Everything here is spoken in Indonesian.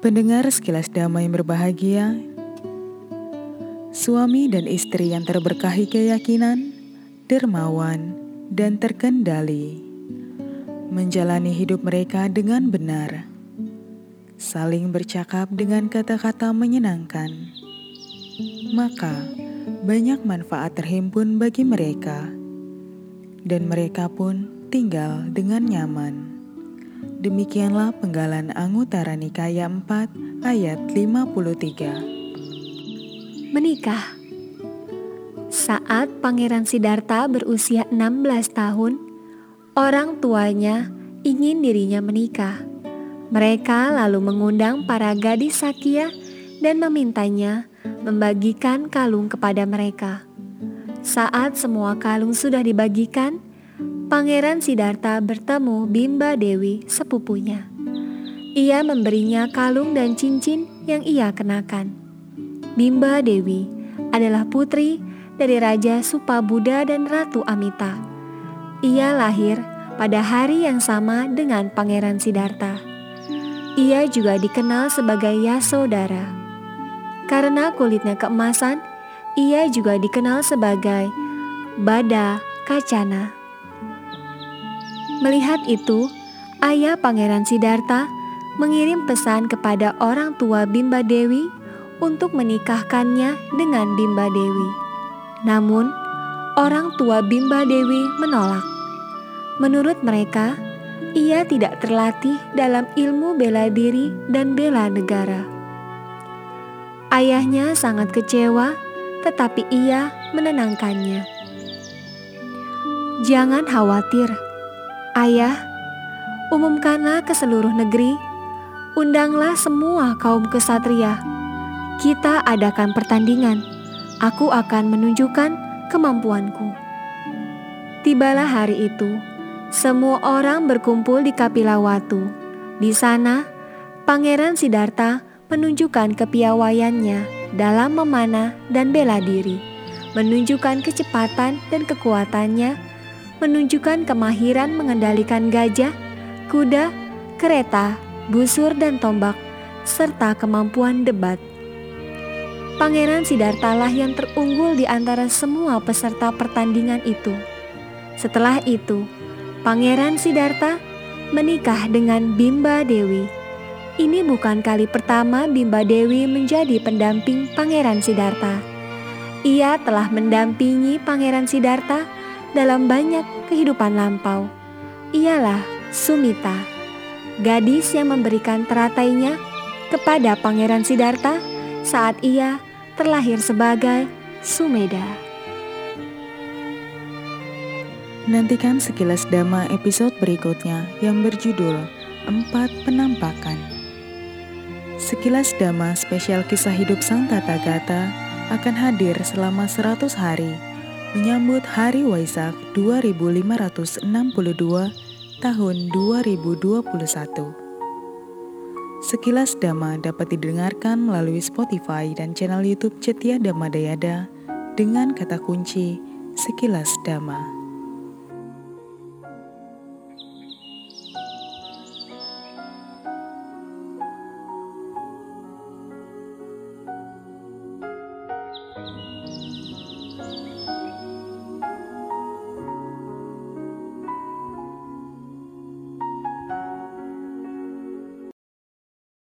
Pendengar sekilas damai berbahagia, suami dan istri yang terberkahi keyakinan, dermawan, dan terkendali, menjalani hidup mereka dengan benar, saling bercakap dengan kata-kata menyenangkan, maka banyak manfaat terhimpun bagi mereka, dan mereka pun tinggal dengan nyaman. Demikianlah penggalan Anguttara Nikaya 4 ayat 53. Menikah. Saat Pangeran Siddhartha berusia 16 tahun, orang tuanya ingin dirinya menikah. Mereka lalu mengundang para gadis Sakya dan memintanya membagikan kalung kepada mereka. Saat semua kalung sudah dibagikan, Pangeran Siddhartha bertemu Bimba Dewi, sepupunya. Ia memberinya kalung dan cincin yang ia kenakan. Bimba Dewi adalah putri dari Raja Supabuddha dan Ratu Amita. Ia lahir pada hari yang sama dengan Pangeran Siddhartha. Ia juga dikenal sebagai Yasodhara. Karena kulitnya keemasan, ia juga dikenal sebagai Bada Kacana. Melihat itu, ayah Pangeran Siddhartha mengirim pesan kepada orang tua Bimba Dewi untuk menikahkannya dengan Bimba Dewi. Namun, orang tua Bimba Dewi menolak. Menurut mereka, ia tidak terlatih dalam ilmu bela diri dan bela negara. Ayahnya sangat kecewa, tetapi ia menenangkannya. "Jangan khawatir, Ayah. Umumkanlah ke seluruh negeri, undanglah semua kaum ksatria. Kita adakan pertandingan. Aku akan menunjukkan kemampuanku." Tibalah hari itu, semua orang berkumpul di Kapilawatu. Di sana, Pangeran Siddhartha menunjukkan kepiawaiannya dalam memanah dan bela diri, menunjukkan kecepatan dan kekuatannya, menunjukkan kemahiran mengendalikan gajah, kuda, kereta, busur dan tombak, serta kemampuan debat. Pangeran Siddhartha lah yang terunggul di antara semua peserta pertandingan itu. Setelah itu, Pangeran Siddhartha menikah dengan Bimba Dewi. Ini bukan kali pertama Bimba Dewi menjadi pendamping Pangeran Siddhartha. Ia telah mendampingi Pangeran Siddhartha dalam banyak kehidupan lampau. Ialah Sumita, gadis yang memberikan teratainya kepada Pangeran Siddhartha saat ia terlahir sebagai Sumedha. Nantikan sekilas Dhamma episode berikutnya yang berjudul 4 Penampakan. Sekilas Dhamma spesial kisah hidup Sang Tathagata akan hadir selama 100 hari menyambut Hari Waisak 2562 tahun 2021. Sekilas Dhamma dapat didengarkan melalui Spotify dan channel YouTube Cetya Dhamma Dayada dengan kata kunci Sekilas Dhamma.